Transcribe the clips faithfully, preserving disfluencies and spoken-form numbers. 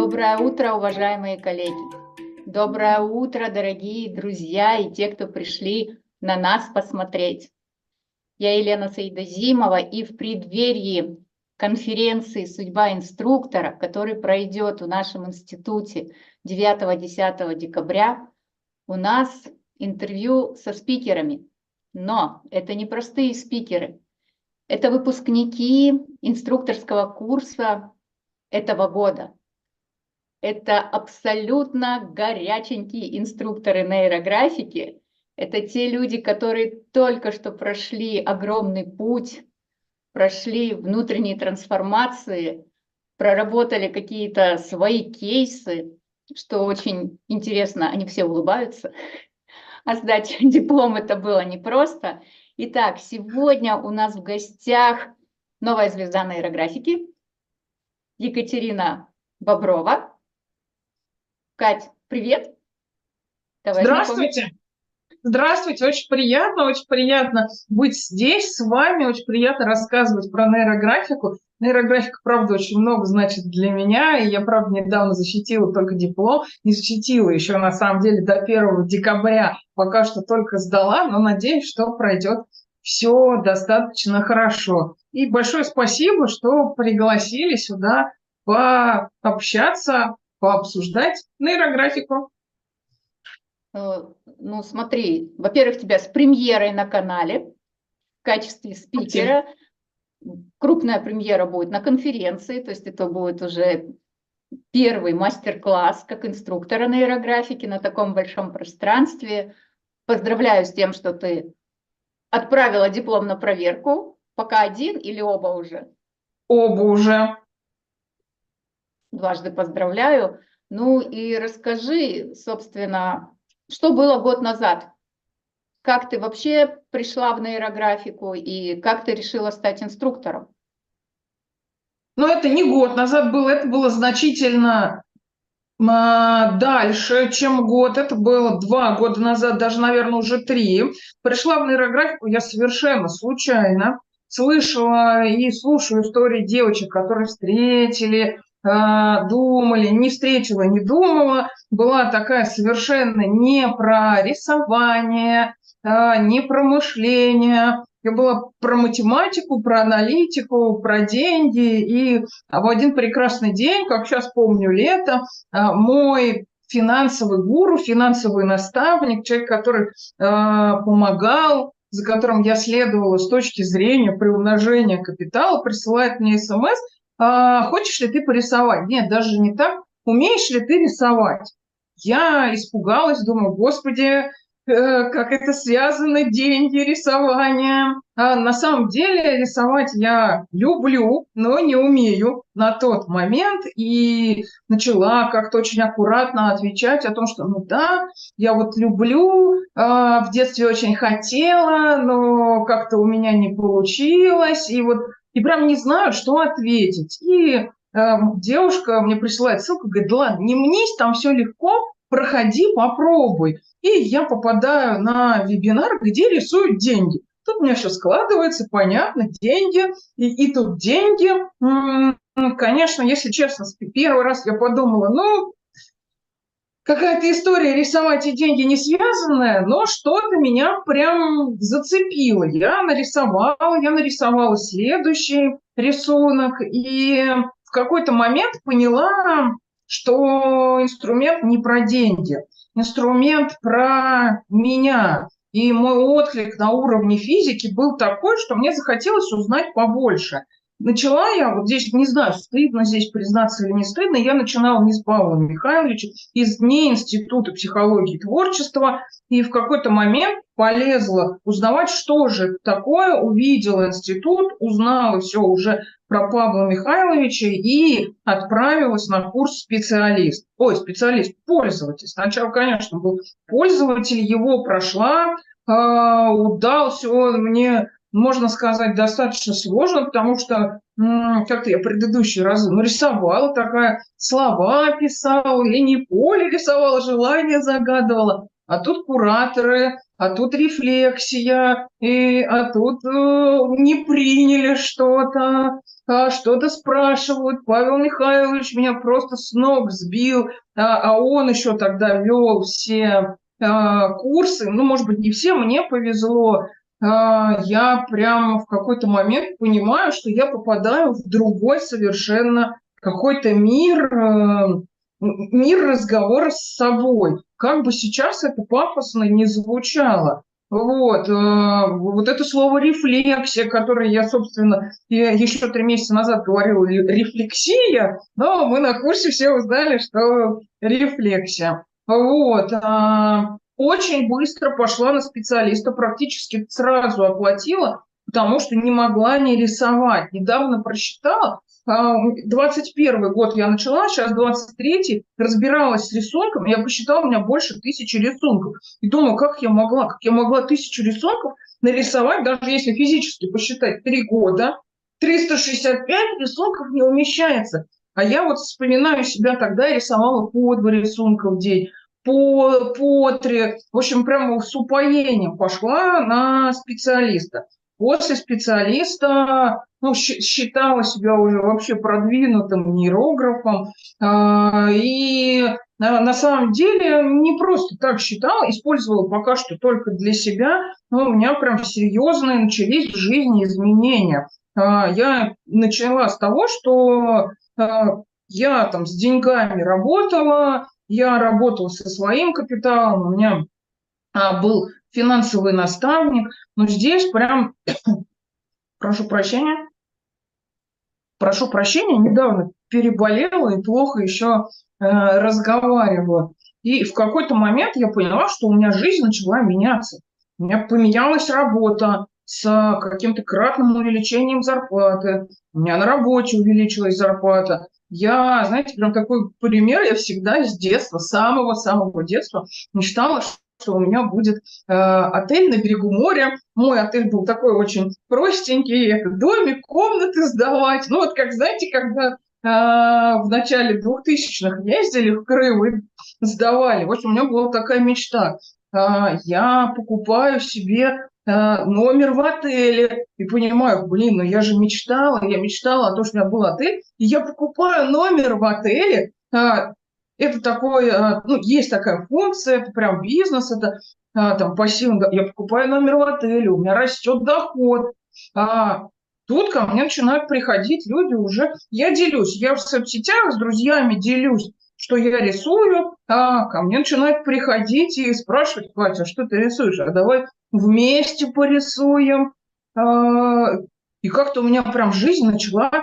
Доброе утро, уважаемые коллеги! Доброе утро, дорогие друзья и те, кто пришли на нас посмотреть. Я Елена Саидазимова, и в преддверии конференции «Судьба инструктора», который пройдет в нашем институте девятого-десятого декабря, у нас интервью со спикерами. Но это не простые спикеры, это выпускники инструкторского курса этого года. Это абсолютно горяченькие инструкторы нейрографики. Это те люди, которые только что прошли огромный путь, прошли внутренние трансформации, проработали какие-то свои кейсы, что очень интересно, они все улыбаются. А сдать диплом это было непросто. Итак, сегодня у нас в гостях новая звезда нейрографики Екатерина Боброва. Кать, привет! Давай Здравствуйте! Знакомиться. Здравствуйте! Очень приятно, очень приятно быть здесь с вами, очень приятно рассказывать про нейрографику. Нейрографика, правда, очень много значит для меня, и я, правда, недавно защитила только диплом, не защитила еще, на самом деле, до первого декабря, пока что только сдала, но надеюсь, что пройдет все достаточно хорошо. И большое спасибо, что пригласили сюда пообщаться, пообсуждать нейрографику. Ну, смотри, во-первых, тебя с премьерой на канале в качестве спикера. Крупная премьера будет на конференции, то есть это будет уже первый мастер-класс как инструктора нейрографики на таком большом пространстве. Поздравляю с тем, что ты отправила диплом на проверку. Пока один или оба уже? Оба уже. Дважды поздравляю. Ну и расскажи, собственно, что было год назад? Как ты вообще пришла в нейрографику и как ты решила стать инструктором? Ну, это не год назад было, это было значительно а, дальше, чем год. Это было два года назад, даже, наверное, уже три. Пришла в нейрографику я совершенно случайно. Слышала и слушаю истории девочек, которые встретили, думали, не встретила, не думала. Была такая совершенно не про рисование, не про мышление. Я была про математику, про аналитику, про деньги. И в один прекрасный день, как сейчас помню лето, мой финансовый гуру, финансовый наставник, человек, который помогал, за которым я следовала с точки зрения приумножения капитала, присылает мне смс: хочешь ли ты порисовать? Нет, даже не так. Умеешь ли ты рисовать? Я испугалась, думаю, господи, как это связано, деньги, рисование. А на самом деле рисовать я люблю, но не умею на тот момент. И начала как-то очень аккуратно отвечать о том, что ну да, я вот люблю, в детстве очень хотела, но как-то у меня не получилось. И вот и прям не знаю, что ответить. И э, девушка мне присылает ссылку, говорит, ладно, не мнись, там все легко, проходи, попробуй. И я попадаю на вебинар, где рисуют деньги. Тут у меня все складывается, понятно, деньги, и, и тут деньги. Конечно, если честно, первый раз я подумала, ну, какая-то история рисовать и деньги не связанная, но что-то меня прям зацепило. Я нарисовала, я нарисовала следующий рисунок, и в какой-то момент поняла, что инструмент не про деньги, инструмент про меня. И мой отклик на уровне физики был такой, что мне захотелось узнать побольше. Начала я, вот здесь, не знаю, стыдно здесь признаться или не стыдно, я начинала не с Павла Михайловича, из дней Института психологии и творчества, и в какой-то момент полезла узнавать, что же это такое, увидела институт, узнала все уже про Павла Михайловича и отправилась на курс специалист. Ой, специалист, пользователь. Сначала, конечно, был пользователь, его прошла, удался он мне, можно сказать, достаточно сложно, потому что как-то я предыдущие разы ну, рисовала такая, слова писала, линии поля рисовала, желания загадывала. А тут кураторы, а тут рефлексия, и, а тут э, не приняли что-то, а, что-то спрашивают. Павел Михайлович меня просто с ног сбил, а, а он еще тогда вел все а, курсы. Ну, может быть, не все, мне повезло. А, я прям в какой-то момент понимаю, что я попадаю в другой совершенно какой-то мир, э, мир разговора с собой. Как бы сейчас это пафосно не звучало. Вот, э, вот это слово рефлексия, которое я, собственно, я еще три месяца назад говорила рефлексия, но мы на курсе все узнали, что рефлексия. Вот, а, очень быстро пошла на специалиста, практически сразу оплатила, потому что не могла не рисовать. Недавно просчитала, двадцать первый год я начала, сейчас двадцать третий, разбиралась с рисунком, я посчитала, у меня больше тысячи рисунков. И думаю, как я могла, как я могла тысячу рисунков нарисовать, даже если физически посчитать три года, триста шестьдесят пять рисунков не умещается. А я вот вспоминаю себя тогда, я рисовала по два рисунка в день, по, по три, в общем, прямо с упоением пошла на специалиста. После специалиста, ну, считала себя уже вообще продвинутым нейрографом. И на самом деле не просто так считала, использовала пока что только для себя, но у меня прям серьезные начались в жизни изменения. Я начала с того, что я там с деньгами работала, я работала со своим капиталом, у меня был финансовый наставник, но здесь прям, прошу прощения, прошу прощения, недавно переболела и плохо еще э, разговаривала. И в какой-то момент я поняла, что у меня жизнь начала меняться. У меня поменялась работа с каким-то кратным увеличением зарплаты, у меня на работе увеличилась зарплата. Я, знаете, прям такой пример, я всегда с детства, с самого-самого детства мечтала, что у меня будет э, отель на берегу моря. Мой отель был такой очень простенький, это домик, комнаты сдавать. Ну вот как, знаете, когда э, в начале двухтысячных ездили в Крым и сдавали. В общем, у меня была такая мечта. Э, я покупаю себе э, номер в отеле и понимаю, блин, ну я же мечтала, я мечтала о том, что у меня был отель, и я покупаю номер в отеле. Э, Это такой, ну, есть такая функция, это прям бизнес, это там пассивно. Я покупаю номер в отеле, у меня растет доход. А тут ко мне начинают приходить люди уже. Я делюсь, я в соцсетях с друзьями делюсь, что я рисую, а ко мне начинают приходить и спрашивать: Катя, что ты рисуешь? А давай вместе порисуем. И как-то у меня прям жизнь начала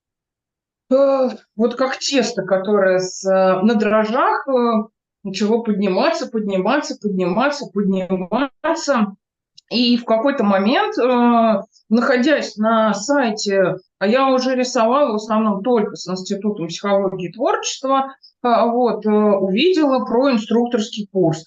вот как тесто, которое с, на дрожжах начало подниматься, подниматься, подниматься, подниматься. И в какой-то момент, находясь на сайте, а я уже рисовала в основном только с Институтом психологии и творчества, вот, увидела про инструкторский курс.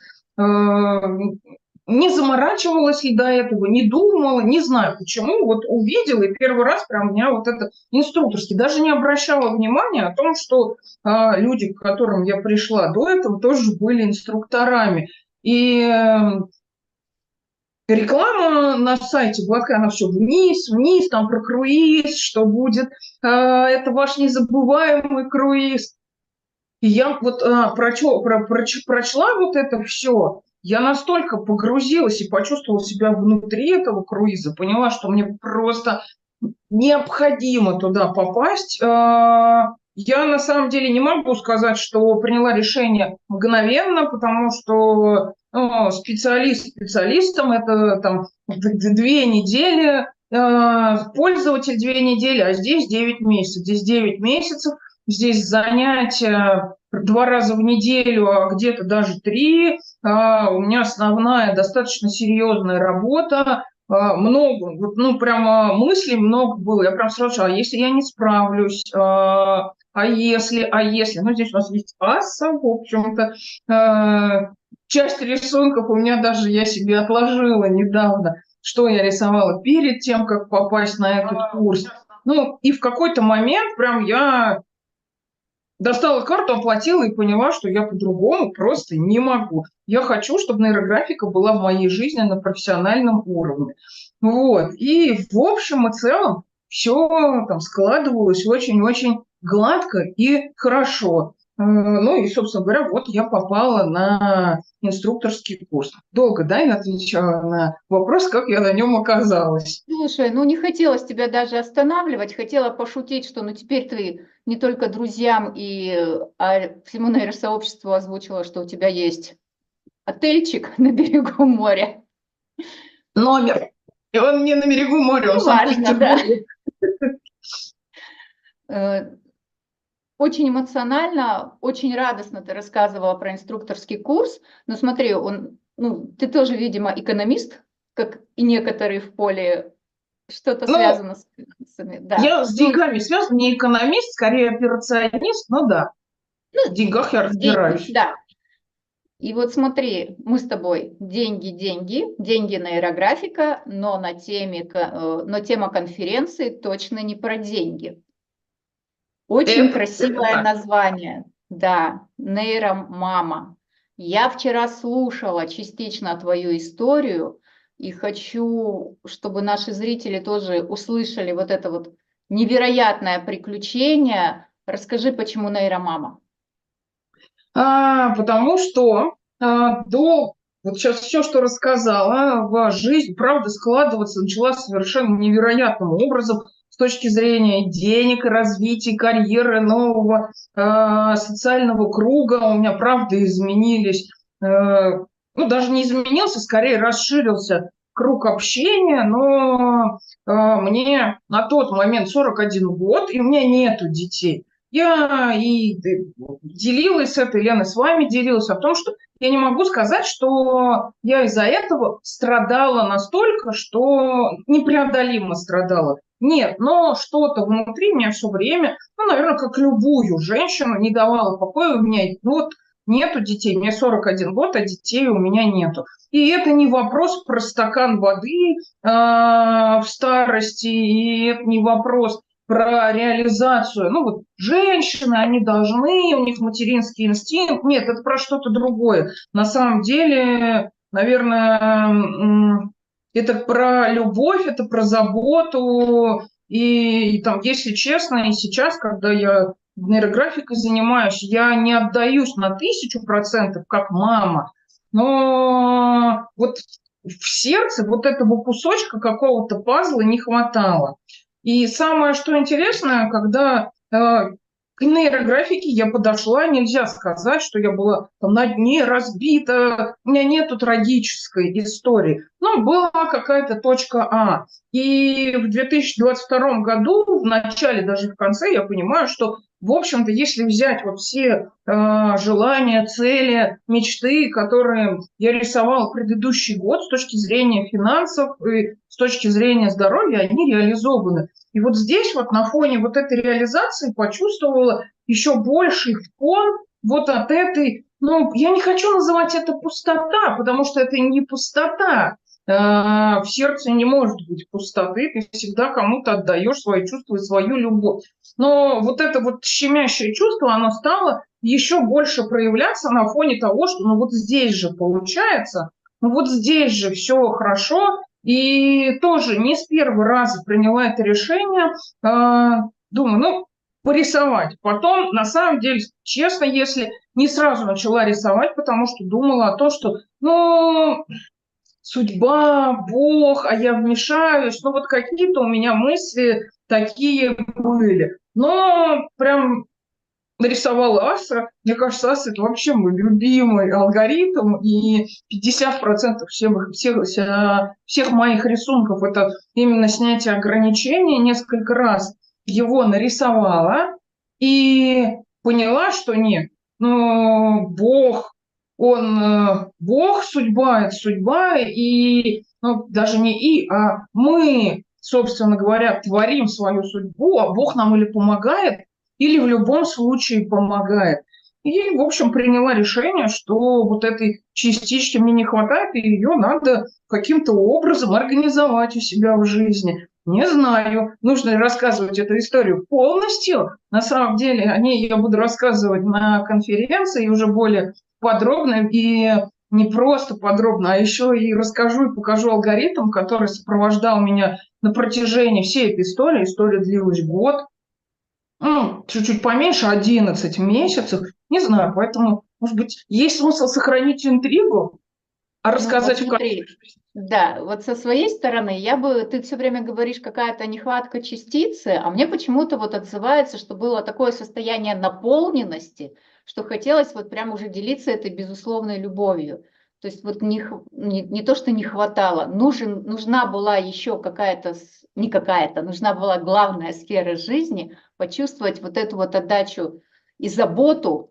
Не заморачивалась ли до этого, не думала, не знаю почему, вот увидела, и первый раз прям у меня вот это инструкторский, даже не обращала внимания о том, что а, люди, к которым я пришла до этого, тоже были инструкторами. И э, реклама на сайте была, она все вниз, вниз, там про круиз, что будет, э, это ваш незабываемый круиз. И я вот а, прочла, про, проч, прочла вот это все, я настолько погрузилась и почувствовала себя внутри этого круиза, поняла, что мне просто необходимо туда попасть. Я на самом деле не могу сказать, что приняла решение мгновенно, потому что ну, специалист специалистом это там две недели, пользователь две недели, а здесь девять месяцев. Здесь девять месяцев, здесь занятия два раза в неделю, а где-то даже три. А, у меня основная, достаточно серьезная работа. А, много, ну, прямо мыслей много было. Я прям сразу, а если я не справлюсь? А, а если, а если? Ну, здесь у нас есть аса, в общем-то. А, часть рисунков у меня даже я себе отложила недавно, что я рисовала перед тем, как попасть на этот курс. Ну, и в какой-то момент прям я достала карту, оплатила и поняла, что я по-другому просто не могу. Я хочу, чтобы нейрографика была в моей жизни на профессиональном уровне. Вот. И в общем и целом все там складывалось очень-очень гладко и хорошо. Ну и, собственно говоря, вот я попала на инструкторский курс. Долго, да, я отвечала на вопрос, как я на нем оказалась. Слушай, ну не хотелось тебя даже останавливать, хотела пошутить, что ну теперь ты не только друзьям и а всему нейросообществу озвучила, что у тебя есть отельчик на берегу моря. Номер. И он не на берегу моря, он в Важно, да. Санкт-Петербурге. Очень эмоционально, очень радостно ты рассказывала про инструкторский курс. Но смотри, он, ну, ты тоже, видимо, экономист, как и некоторые в поле, что-то Ну, связано с финансами. Да. я с Ну, деньгами связан, не экономист, скорее операционист, но да, в деньгах я деньги, разбираюсь. да. И вот смотри, мы с тобой деньги, деньги, деньги нейрографика, но на теме, но тема конференции точно не про деньги. Очень Это, красивое это название, да, нейромама. Я вчера слушала частично твою историю и хочу, чтобы наши зрители тоже услышали вот это вот невероятное приключение. Расскажи, почему нейромама? А, потому что а, до вот сейчас все, что рассказала, в жизнь, правда, складываться начала совершенно невероятным образом с точки зрения денег, развития карьеры, нового а, социального круга. У меня, правда, изменились, а, ну, даже не изменился, скорее расширился круг общения, но а, мне на тот момент сорок один год, и у меня нету детей. Я и делилась с этой, Лена, с вами делилась о том, что я не могу сказать, что я из-за этого страдала настолько, что непреодолимо страдала. Нет, но что-то внутри меня все время, ну, наверное, как любую женщину, не давало покоя. У меня ну, вот нету детей, мне сорок один год, а детей у меня нету. И это не вопрос про стакан воды э, в старости, и это не вопрос про реализацию. Ну вот женщины, они должны, у них материнский инстинкт. Нет, это про что-то другое. На самом деле, наверное, это про любовь, это про заботу. И, и там, если честно, и сейчас, когда я нейрографикой занимаюсь, я не отдаюсь на тысячу процентов, как мама, но вот в сердце вот этого кусочка какого-то пазла не хватало. И самое, что интересное, когда э, к нейрографике я подошла, нельзя сказать, что я была там на дне разбита, у меня нету трагической истории, но была какая-то точка А. И в две тысячи двадцать втором году, в начале, даже в конце, я понимаю, что, в общем-то, если взять вот все э, желания, цели, мечты, которые я рисовала предыдущий год с точки зрения финансов и с точки зрения здоровья, они реализованы. И вот здесь вот на фоне вот этой реализации почувствовала еще больший фон вот от этой, ну, я не хочу называть это пустота, потому что это не пустота. В сердце не может быть пустоты, ты всегда кому-то отдаешь свои чувства и свою любовь. Но вот это вот щемящее чувство, оно стало еще больше проявляться на фоне того, что ну вот здесь же получается, ну вот здесь же все хорошо. И тоже не с первого раза приняла это решение. Думаю, ну, порисовать. Потом, на самом деле, честно, если не сразу начала рисовать, потому что думала о том, что, ну, судьба, Бог, а я вмешаюсь. Ну, вот какие-то у меня мысли такие были. Но прям нарисовала аса. Мне кажется, аса – это вообще мой любимый алгоритм. И пятьдесят процентов всех, всех, всех моих рисунков – это именно снятие ограничений. Несколько раз его нарисовала и поняла, что нет, ну, Бог, он Бог, судьба – это судьба, и ну, даже не и, а мы, собственно говоря, творим свою судьбу, а Бог нам или помогает, или в любом случае помогает. И, в общем, приняла решение, что вот этой частички мне не хватает, и ее надо каким-то образом организовать у себя в жизни. Не знаю, нужно ли рассказывать эту историю полностью. На самом деле о ней я буду рассказывать на конференции уже более подробно. И не просто подробно, а еще и расскажу и покажу алгоритм, который сопровождал меня на протяжении всей этой истории. История длилась год, ну, чуть-чуть поменьше, одиннадцать месяцев. Не знаю, поэтому, может быть, есть смысл сохранить интригу, а Ну, вот рассказать в смотри, да, вот со своей стороны, я бы, ты все время говоришь, какая-то нехватка частицы, а мне почему-то вот отзывается, что было такое состояние наполненности, что хотелось вот прям уже делиться этой безусловной любовью. То есть вот не, х- не, не то, что не хватало, нужен, нужна была еще какая-то, с- не какая-то, нужна была главная сфера жизни, почувствовать вот эту вот отдачу и заботу,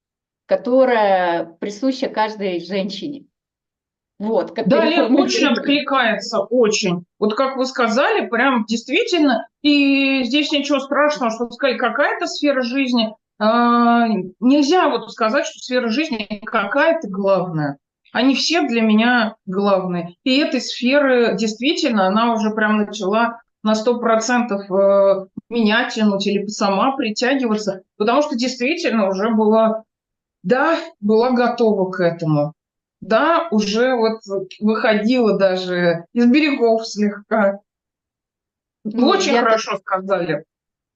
которая присуща каждой женщине. Вот, как Да, Лен, очень переформулировать. откликается, очень. Вот как вы сказали, прям действительно, и здесь ничего страшного, что сказали, какая-то сфера жизни. А, нельзя вот сказать, что сфера жизни какая-то главная. Они все для меня главные. И этой сферы действительно, она уже прям начала на сто процентов э, меня тянуть или сама притягиваться, потому что действительно уже была, да, была готова к этому. Да, уже вот выходила даже из берегов слегка. Вы Ну, очень я так, хорошо сказали.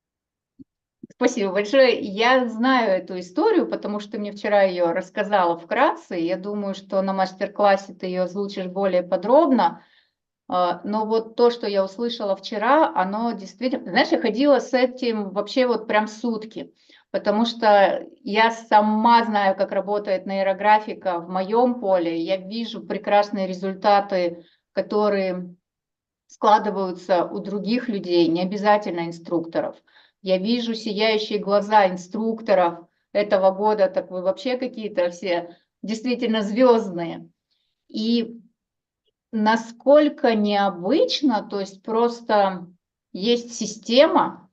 спасибо большое. Я знаю эту историю, потому что ты мне вчера ее рассказала вкратце. Я думаю, что на мастер-классе ты ее озвучишь более подробно. А, Но вот то, что я услышала вчера, оно действительно... Знаешь, я ходила с этим вообще вот прям сутки, потому что я сама знаю, как работает нейрографика в моем поле. Я вижу прекрасные результаты, которые складываются у других людей, не обязательно инструкторов. Я вижу сияющие глаза инструкторов этого года, так вы вообще какие-то все действительно звездные. И насколько необычно, то есть просто есть система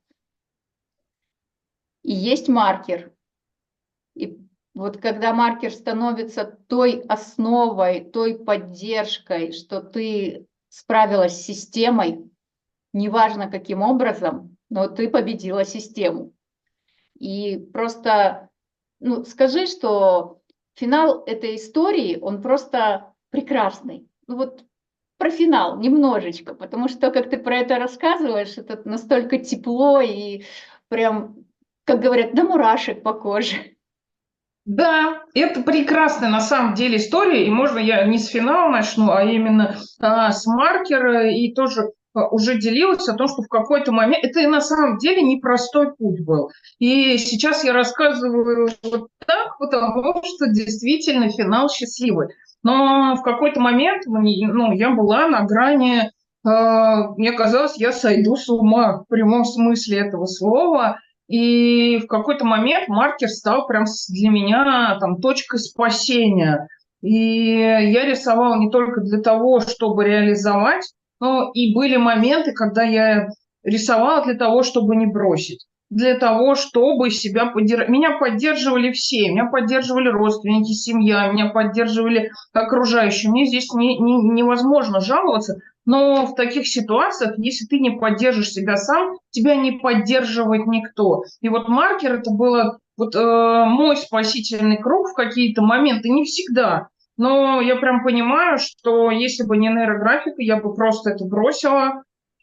и есть маркер. И вот когда маркер становится той основой, той поддержкой, что ты справилась с системой, неважно каким образом, но ты победила систему. И просто, ну, скажи, что финал этой истории, он просто прекрасный. Ну вот про финал немножечко, потому что, как ты про это рассказываешь, это настолько тепло и прям, как говорят, до мурашек по коже. Да, это прекрасная на самом деле история, и можно я не с финала начну, а именно а, с маркера, и тоже а, уже делилась о том, что в какой-то момент, это и на самом деле непростой путь был. И сейчас я рассказываю вот так, потому что действительно финал счастливый. Но в какой-то момент мне, ну, я была на грани, а, мне казалось, я сойду с ума в прямом смысле этого слова. И в какой-то момент маркер стал прям для меня там точкой спасения. И я рисовала не только для того, чтобы реализовать, но и были моменты, когда я рисовала для того, чтобы не бросить, для того, чтобы себя поддержать. Меня поддерживали все, меня поддерживали родственники, семья, меня поддерживали окружающие. Мне здесь не, не, невозможно жаловаться, но в таких ситуациях, если ты не поддержишь себя сам, тебя не поддерживает никто. И вот маркер это было вот, э, мой спасительный круг в какие-то моменты, не всегда. Но я прям понимаю, что если бы не нейрографика, я бы просто это бросила.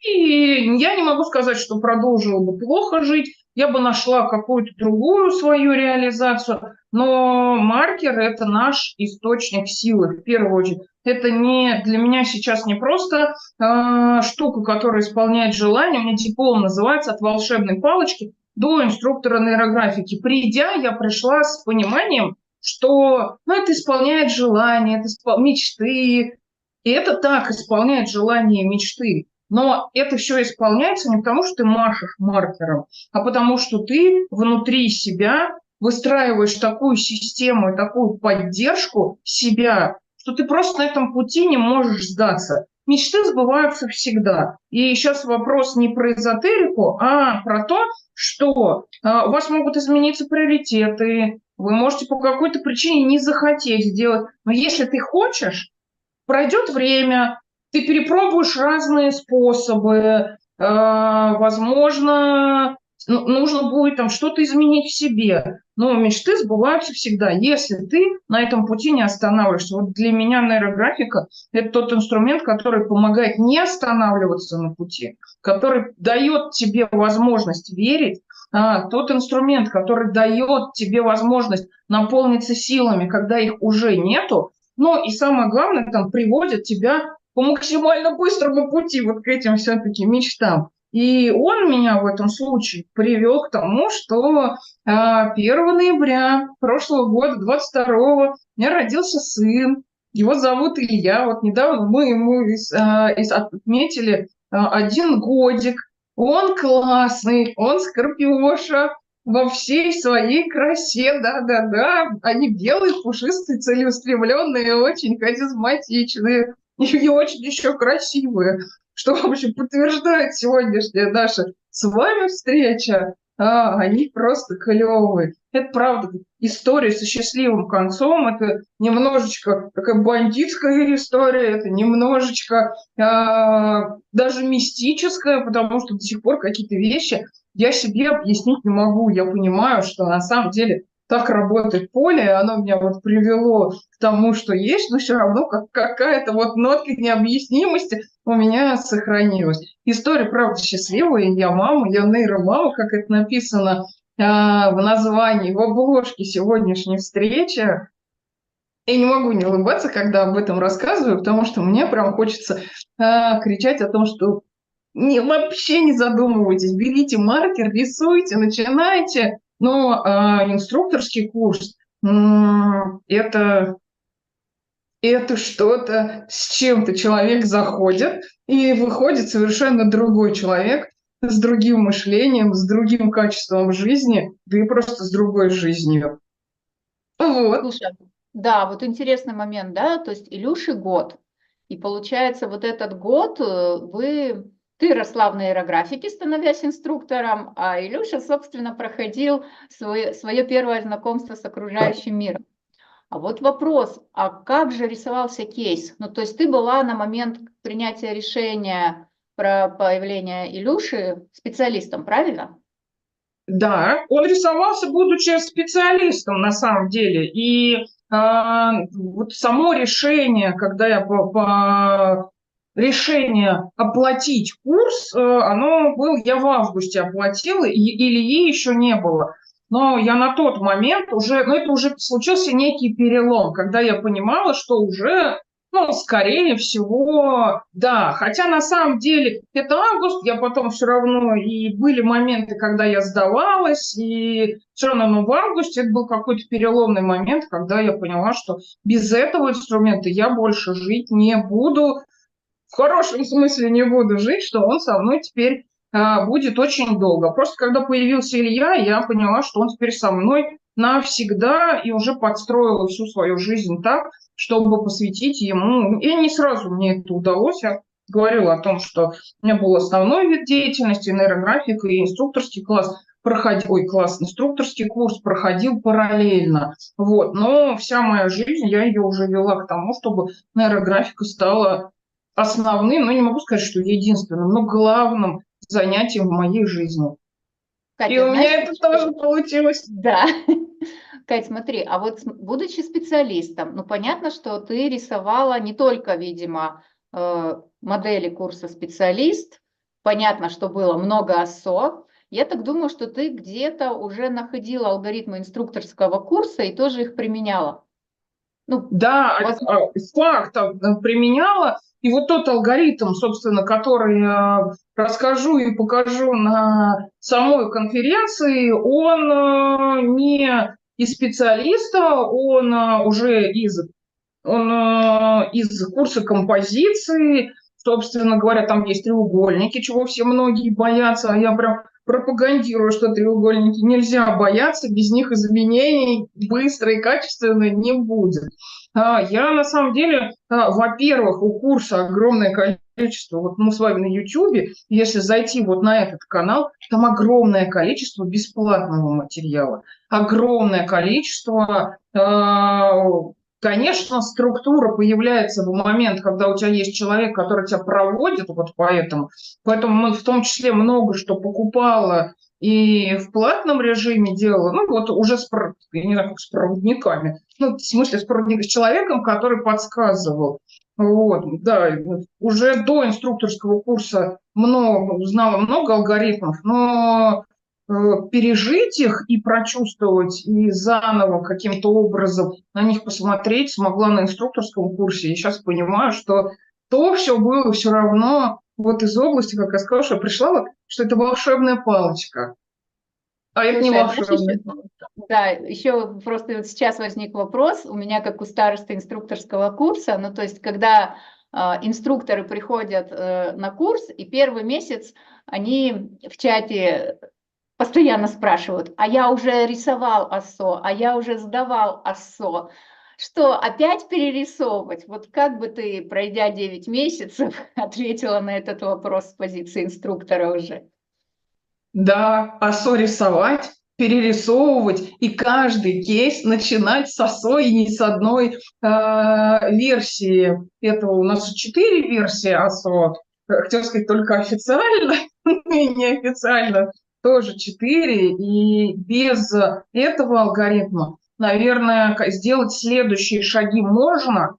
И я не могу сказать, что продолжила бы плохо жить. Я бы нашла какую-то другую свою реализацию. Но маркер – это наш источник силы, в первую очередь. Это не для меня сейчас не просто э, штука, которая исполняет желание. У меня диплом называется «От волшебной палочки до инструктора нейрографики». Придя, я пришла с пониманием, что ну, это исполняет желания, это испол... мечты. И это так исполняет желания и мечты. Но это все исполняется не потому, что ты машешь маркером, а потому что ты внутри себя выстраиваешь такую систему и такую поддержку себя, что ты просто на этом пути не можешь сдаться. Мечты сбываются всегда. И сейчас вопрос не про эзотерику, а про то, что а, у вас могут измениться приоритеты, вы можете по какой-то причине не захотеть сделать. Но если ты хочешь, пройдет время, ты перепробуешь разные способы, э, возможно, ну, нужно будет там что-то изменить в себе. Но мечты сбываются всегда, если ты на этом пути не останавливаешься. Вот для меня нейрографика – это тот инструмент, который помогает не останавливаться на пути, который дает тебе возможность верить, а, тот инструмент, который дает тебе возможность наполниться силами, когда их уже нету, ну и самое главное, там приводит тебя по максимально быстрому пути вот к этим все-таки мечтам. И он меня в этом случае привел к тому, что первого ноября прошлого года, двадцать второго, у меня родился сын. Его зовут Илья. Вот недавно мы ему из, из отметили один годик. Он классный, он скорпиоша во всей своей красе. Да-да-да, они белые, пушистые, целеустремленные, очень харизматичные и очень еще красивые, что, в общем, подтверждает сегодняшняя наша с вами встреча. А, они просто клевые. Это правда история со счастливым концом. Это немножечко такая бандитская история, это немножечко а, даже мистическая, потому что до сих пор какие-то вещи я себе объяснить не могу. Я понимаю, что на самом деле так работает поле, и оно меня вот привело к тому, что есть, но все равно как, какая-то вот нотка необъяснимости у меня сохранилась. История, правда, счастливая. Я мама, я нейромама, как это написано э, в названии, в обложке сегодняшней встречи. И не могу не улыбаться, когда об этом рассказываю, потому что мне прям хочется э, кричать о том, что не, вообще не задумывайтесь, берите маркер, рисуйте, начинайте. Но э, инструкторский курс э, это, это что-то, с чем-то человек заходит, и выходит совершенно другой человек с другим мышлением, с другим качеством жизни, да и просто с другой жизнью. Вот. Слушай, да, вот интересный момент, да, то есть Илюше год, и получается вот этот год э, вы, ты росла в нейрографике, становясь инструктором, а Илюша, собственно, проходил свое, свое первое знакомство с окружающим миром. А вот вопрос, а как же рисовался кейс? Ну, то есть ты была на момент принятия решения про появление Илюши специалистом, правильно? Да, он рисовался, будучи специалистом на самом деле. И э, вот само решение, когда я по, по решение оплатить курс, э, оно было, я в августе оплатила, и Ильи еще не было. Но я на тот момент уже, ну это уже случился некий перелом, когда я понимала, что уже, ну, скорее всего, да. Хотя на самом деле это август, я потом все равно, и были моменты, когда я сдавалась, и все равно, ну, в августе это был какой-то переломный момент, когда я поняла, что без этого инструмента я больше жить не буду, в хорошем смысле не буду жить, что он со мной теперь а, будет очень долго. Просто когда появился Илья, я поняла, что он теперь со мной навсегда, и уже подстроила всю свою жизнь так, чтобы посвятить ему. И не сразу мне это удалось. Я говорила о том, что у меня был основной вид деятельности, нейрографика и инструкторский класс. Проходил, ой, класс, инструкторский курс проходил параллельно. Вот. Но вся моя жизнь, я ее уже вела к тому, чтобы нейрографика стала основным, ну не могу сказать, что единственным, но главным занятием в моей жизни. Катя, и у знаешь, меня это тоже получилось. Да. Кать, смотри, а вот будучи специалистом, ну понятно, что ты рисовала не только, видимо, э, модели курса специалист, понятно, что было много ОСО. Я так думаю, что ты где-то уже находила алгоритмы инструкторского курса и тоже их применяла. Ну, да, возможно. Факт применяла. И вот тот алгоритм, собственно, который я расскажу и покажу на самой конференции, он не из специалиста, он уже из, он из курса композиции. Собственно говоря, там есть треугольники, чего все многие боятся, а я прям пропагандирую, что треугольники нельзя бояться, без них изменений быстро и качественно не будет. Я на самом деле, во-первых, у курса огромное количество, вот мы с вами на YouTube, если зайти вот на этот канал, там огромное количество бесплатного материала, огромное количество. Конечно, структура появляется в момент, когда у тебя есть человек, который тебя проводит вот поэтому. Поэтому мы в том числе много что покупала и в платном режиме делала, ну вот уже с, я не знаю, как с проводниками, ну в смысле с проводником, с человеком, который подсказывал. Вот, да, уже до инструкторского курса много, узнала много алгоритмов, но э, пережить их и прочувствовать, и заново каким-то образом на них посмотреть смогла на инструкторском курсе. И сейчас понимаю, что то все было все равно вот из области, как я сказала, что пришла, вот, что это волшебная палочка. А это не Слушай, а знаешь, еще, волшебная палочка. да, еще просто вот сейчас возник вопрос, у меня как у старосты инструкторского курса, ну то есть когда э, инструкторы приходят э, на курс, и первый месяц они в чате постоянно спрашивают, а я уже рисовал ОСО, а я уже сдавал ОСО, что опять перерисовывать? Вот как бы ты, пройдя девять месяцев, ответила на этот вопрос с позиции инструктора уже? Да, ОСО рисовать, перерисовывать, и каждый кейс начинать с ОСО и не с одной э, версии. Этого у нас же четыре версии ОСО. Хотела сказать, только официально и неофициально тоже четыре. И без этого алгоритма, наверное, сделать следующие шаги можно,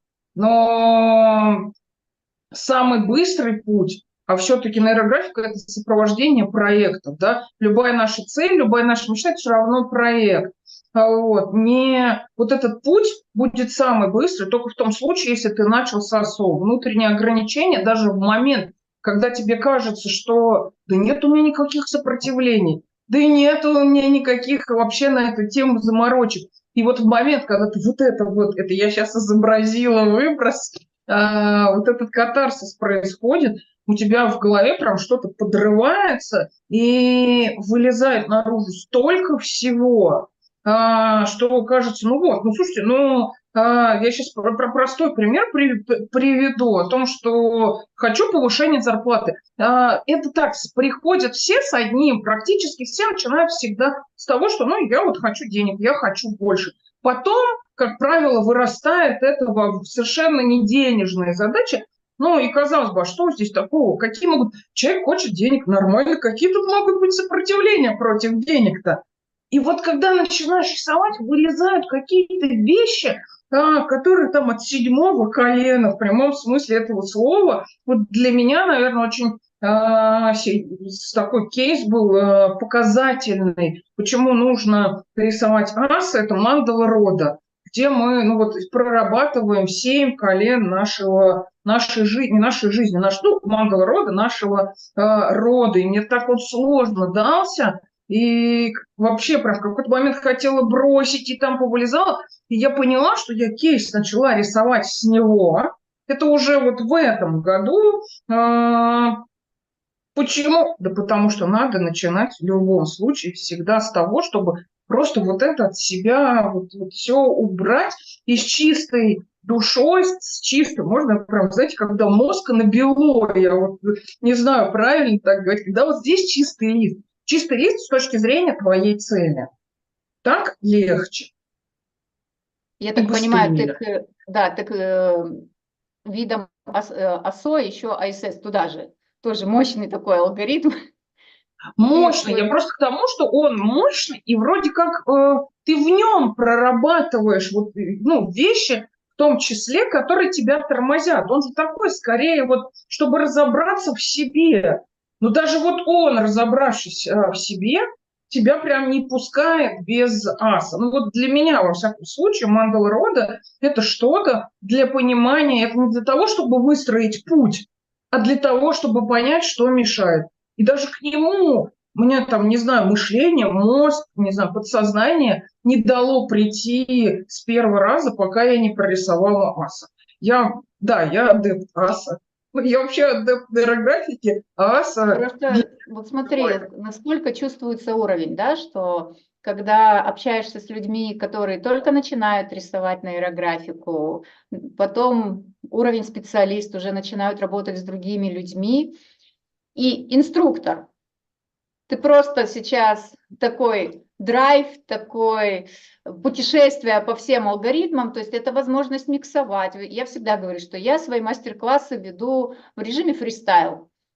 но самый быстрый путь, а все-таки нейрографика – это сопровождение проектов, да, любая наша цель, любая наша мечта – это все равно проект. Вот. Не, вот этот путь будет самый быстрый только в том случае, если ты начал с ОСО. Внутренние ограничения даже в момент, когда тебе кажется, что да нет у меня никаких сопротивлений, да и нет у меня никаких вообще на эту тему заморочек. И вот в момент, когда ты вот это вот, это я сейчас изобразила выброс, а, вот этот катарсис происходит, у тебя в голове прям что-то подрывается и вылезает наружу столько всего, а, что кажется, ну вот, ну слушайте, ну а, я сейчас про, про простой пример при, приведу о том, что хочу повышение зарплаты. А, это так, приходят все с одним, практически все начинают всегда с того, что ну я вот хочу денег, я хочу больше. Потом, как правило, вырастает этого совершенно не денежные задачи. Ну и казалось бы, а что здесь такого? Какие могут... Человек хочет денег, нормально. Какие тут могут быть сопротивления против денег-то? И вот когда начинаешь рисовать, вылезают какие-то вещи, а, которые там от седьмого колена, в прямом смысле этого слова. Вот для меня, наверное, очень а, такой кейс был а, показательный, почему нужно рисовать ас, это мандала рода, где мы ну, вот, прорабатываем семь колен нашего, нашей жизни, нашей жизни, наш, ну, мандала рода, нашего а, рода. И мне так вот сложно дался, и вообще прям в какой-то момент хотела бросить, и там повылезала. И я поняла, что я кейс начала рисовать с него. Это уже вот в этом году. Почему? Да потому что надо начинать в любом случае всегда с того, чтобы просто вот это от себя вот, вот все убрать и с чистой душой, с чистым, можно прям, знаете, когда мозг набело, я вот не знаю, правильно так говорить, когда вот здесь чистый лист. Чистый лист с точки зрения твоей цели. Так легче. Я И так понимаю, быстрее. ты к, да, ты к э, видам ос- э, ОСО еще АСС туда же. Тоже мощный такой алгоритм. Ты Мощный. Я свой... просто к тому, что он мощный, и вроде как э, ты в нем прорабатываешь вот, э, ну, вещи, в том числе, которые тебя тормозят. Он же такой, скорее, вот, чтобы разобраться в себе. Но даже вот он, разобравшись э, в себе, тебя прям не пускает без аса. Ну вот для меня, во всяком случае, мандала рода – это что-то для понимания, это не для того, чтобы выстроить путь, а для того, чтобы понять, что мешает. И даже к нему мне там, не знаю, мышление, мозг, не знаю, подсознание не дало прийти с первого раза, пока я не прорисовала аса. Я, да, я адепт аса. Ну, я вообще адепт нейрографики, а аса... Просто вот смотри, насколько чувствуется уровень, да, что когда общаешься с людьми, которые только начинают рисовать нейрографику, потом уровень специалист, уже начинают работать с другими людьми, и инструктор. Ты просто сейчас такой драйв, такое путешествие по всем алгоритмам, то есть это возможность миксовать. Я всегда говорю, что я свои мастер-классы веду в режиме фристайл.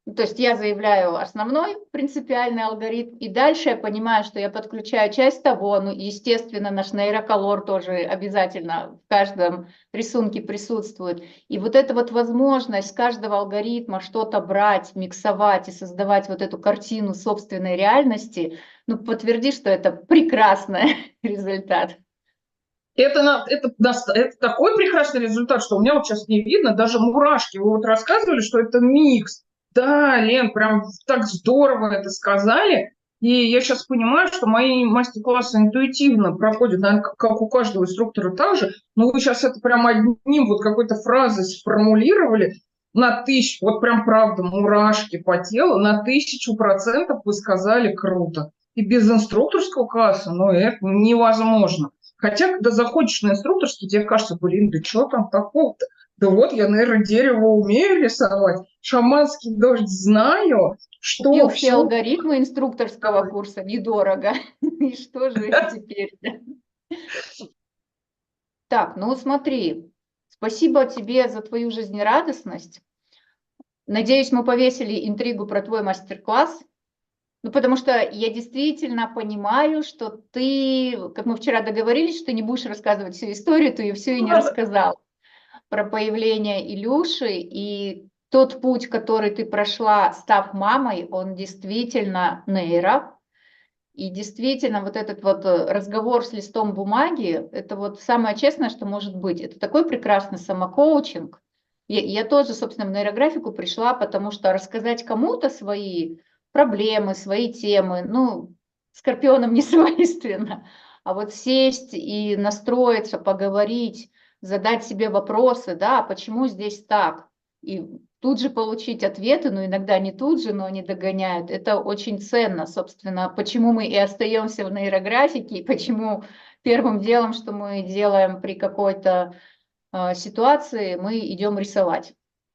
То есть я заявляю основной принципиальный алгоритм, и дальше я понимаю, что я подключаю часть того, ну, естественно, наш нейроколор тоже обязательно в каждом рисунке присутствует. И вот эта вот возможность с каждого алгоритма что-то брать, миксовать и создавать вот эту картину собственной реальности, ну, подтверди, что это прекрасный результат. Это, на, это, это такой прекрасный результат, что у меня вот сейчас не видно, даже мурашки. Вы вот рассказывали, что это микс. Да, Лен, прям так здорово это сказали. И я сейчас понимаю, что мои мастер-классы интуитивно проходят, наверное, как у каждого инструктора так же. Но вы сейчас это прям одним вот какой-то фразой сформулировали на тысячу, вот прям правда, мурашки по телу, на тысячу процентов вы сказали круто. И без инструкторского класса, ну, это невозможно. Хотя, когда заходишь на инструкторский, тебе кажется, блин, да что там такого-то? Да вот я, наверное, дерево умею рисовать, шаманский дождь знаю, что Купил все все... алгоритмы инструкторского курса недорого. И что же теперь? Так, ну смотри, спасибо тебе за твою жизнерадостность. Надеюсь, мы повесили интригу про твой мастер-класс. Ну, потому что я действительно понимаю, что ты, как мы вчера договорились, что ты не будешь рассказывать всю историю, ты ее всю и не рассказал про появление Илюши. И тот путь, который ты прошла, став мамой, он действительно нейро. И действительно, вот этот вот разговор с листом бумаги, это вот самое честное, что может быть. Это такой прекрасный самокоучинг. Я, я тоже, собственно, в нейрографику пришла, потому что рассказать кому-то свои проблемы, свои темы, ну, скорпионам не свойственно. А вот сесть и настроиться, поговорить, задать себе вопросы, да, почему здесь так? И тут же получить ответы, но иногда не тут же, но они догоняют. Это очень ценно, собственно, почему мы и остаемся в нейрографике, и почему первым делом, что мы делаем при какой-то э, ситуации, мы идем рисовать.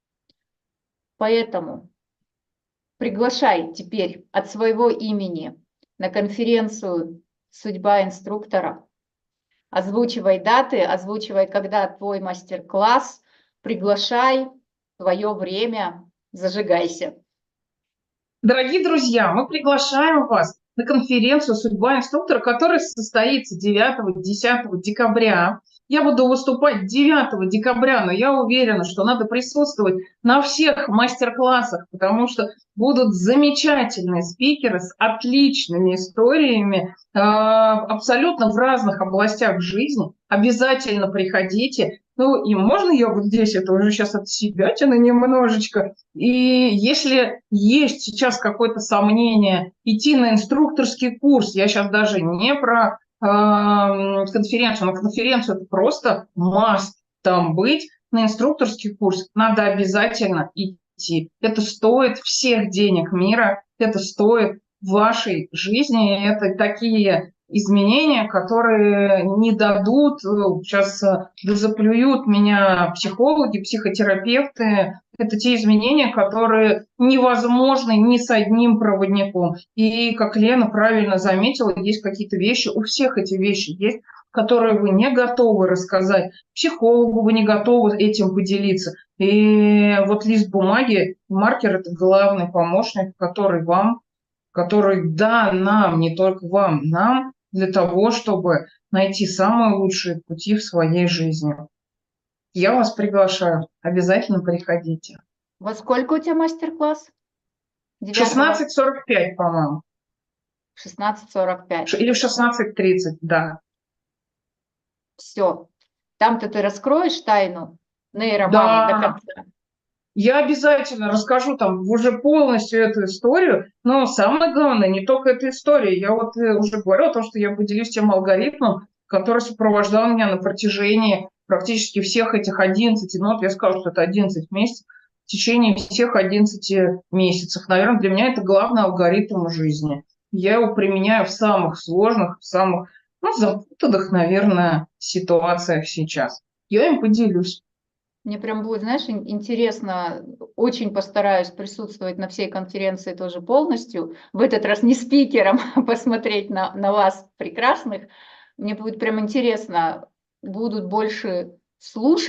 Поэтому приглашай теперь от своего имени на конференцию «Судьба инструктора». Озвучивай даты, озвучивай, когда твой мастер-класс, приглашай, твое время, зажигайся. Дорогие друзья, мы приглашаем вас на конференцию «Судьба инструктора», которая состоится девятого-десятого декабря. Я буду выступать девятого декабря, но я уверена, что надо присутствовать на всех мастер-классах, потому что будут замечательные спикеры с отличными историями, абсолютно в разных областях жизни. Обязательно приходите. Ну, и можно я вот здесь, это уже сейчас от себя тяну немножечко. И если есть сейчас какое-то сомнение идти на инструкторский курс, я сейчас даже не про э, конференцию, на конференцию это просто must там быть, на инструкторский курс надо обязательно идти. Это стоит всех денег мира, это стоит вашей жизни, это такие изменения, которые не дадут, сейчас заплюют меня психологи, психотерапевты, это те изменения, которые невозможны ни с одним проводником. И, как Лена правильно заметила, есть какие-то вещи, у всех эти вещи есть, которые вы не готовы рассказать, психологу вы не готовы этим поделиться. И вот лист бумаги, маркер – это главный помощник, который вам, который, да, нам, не только вам, нам, для того, чтобы найти самые лучшие пути в своей жизни. Я вас приглашаю, обязательно приходите. Во сколько у тебя мастер-класс? шестнадцать сорок пять, по-моему. шестнадцать сорок пять. Или в шестнадцать тридцать, да. Все. Там-то ты раскроешь тайну нейромамы Да. до конца. Я обязательно расскажу там уже полностью эту историю, но самое главное, не только эта история. Я вот уже говорила о том, что я поделюсь тем алгоритмом, который сопровождал меня на протяжении практически всех этих одиннадцати, ну вот я скажу, что это одиннадцать месяцев, в течение всех одиннадцати месяцев. Наверное, для меня это главный алгоритм жизни. Я его применяю в самых сложных, в самых, ну, запутанных, наверное, ситуациях сейчас. Я им поделюсь. Мне прям будет, знаешь, интересно, очень постараюсь присутствовать на всей конференции тоже полностью. В этот раз не спикером, а посмотреть на, на вас прекрасных. Мне будет прям интересно, будут больше слушать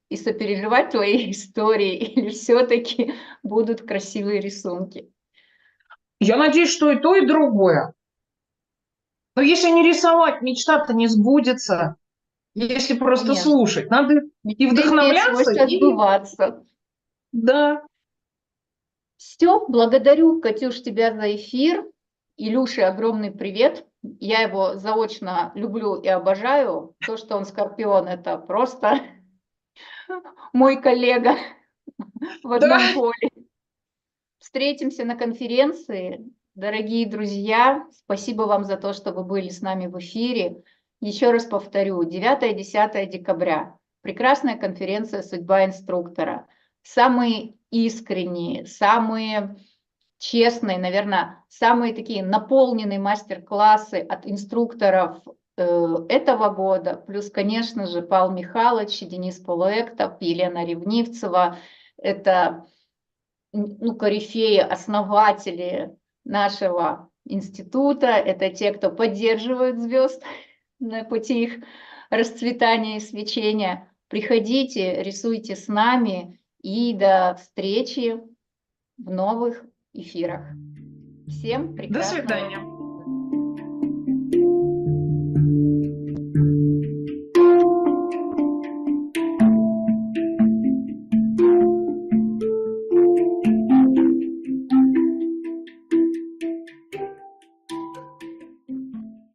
и сопереживать твоей истории, или все-таки будут красивые рисунки? Я надеюсь, что и то, и другое. Но если не рисовать, мечта-то не сбудется. Если просто Конечно. слушать, надо и Мечты имеют вдохновляться, свойство и сбываться. да. Все, благодарю, Катюш, тебя за эфир. Илюше огромный привет. Я его заочно люблю и обожаю. То, что он скорпион, это просто мой коллега в Да, одном поле. Встретимся на конференции. Дорогие друзья, спасибо вам за то, что вы были с нами в эфире. Еще раз повторю, девятое-десятое декабря. Прекрасная конференция «Судьба инструктора». Самые искренние, самые честные, наверное, самые такие наполненные мастер-классы от инструкторов э, этого года. Плюс, конечно же, Павел Михайлович, Денис Полуэктов, Елена Ревнивцева. Это ну, корифеи, основатели нашего института. Это те, кто поддерживает звезд на пути их расцветания и свечения. Приходите, рисуйте с нами, и до встречи в новых эфирах. Всем до прекрасного свидания.